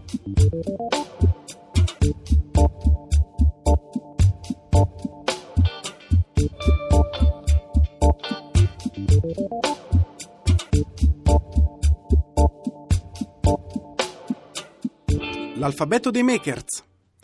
L'alfabeto dei makers.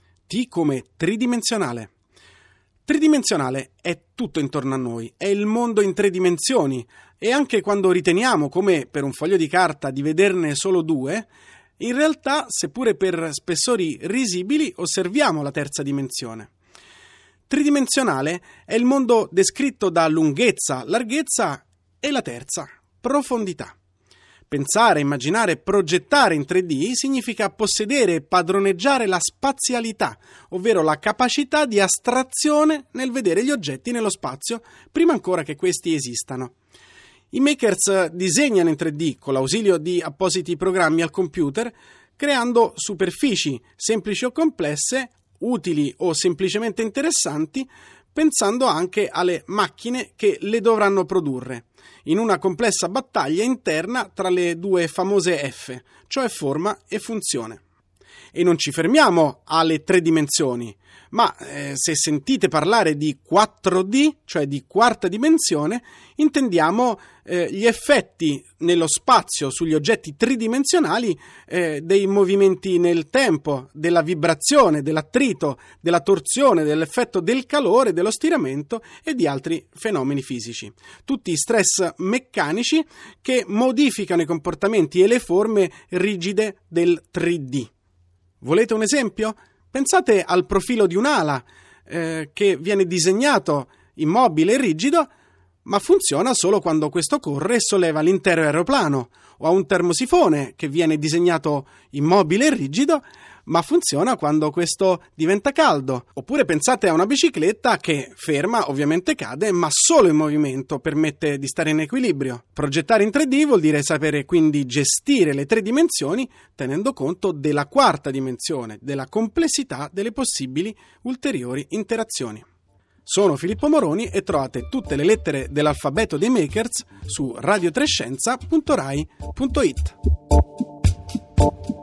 T come tridimensionale. Tridimensionale è tutto intorno a noi, è il mondo in 3 dimensioni, e anche quando riteniamo, come per un foglio di carta, di vederne solo 2, in realtà, seppure per spessori risibili, osserviamo la terza dimensione. Tridimensionale è il mondo descritto da lunghezza, larghezza e la terza, profondità. Pensare, immaginare, progettare in 3D significa possedere e padroneggiare la spazialità, ovvero la capacità di astrazione nel vedere gli oggetti nello spazio, prima ancora che questi esistano. I makers disegnano in 3D con l'ausilio di appositi programmi al computer, creando superfici semplici o complesse, utili o semplicemente interessanti, pensando anche alle macchine che le dovranno produrre, in una complessa battaglia interna tra le 2 famose F, cioè forma e funzione. E non ci fermiamo alle 3 dimensioni, ma se sentite parlare di 4D, cioè di quarta dimensione, intendiamo gli effetti nello spazio sugli oggetti tridimensionali dei movimenti nel tempo, della vibrazione, dell'attrito, della torsione, dell'effetto del calore, dello stiramento e di altri fenomeni fisici. Tutti stress meccanici che modificano i comportamenti e le forme rigide del 3D. Volete un esempio? Pensate al profilo di un'ala che viene disegnato immobile e rigido, ma funziona solo quando questo corre e solleva l'intero aeroplano, o a un termosifone che viene disegnato immobile e rigido, ma funziona quando questo diventa caldo. Oppure pensate a una bicicletta che ferma, ovviamente cade, ma solo in movimento permette di stare in equilibrio. Progettare in 3D vuol dire sapere quindi gestire le 3 dimensioni tenendo conto della quarta dimensione, della complessità delle possibili ulteriori interazioni. Sono Filippo Moroni e trovate tutte le lettere dell'alfabeto dei makers su radiotrescienza.rai.it.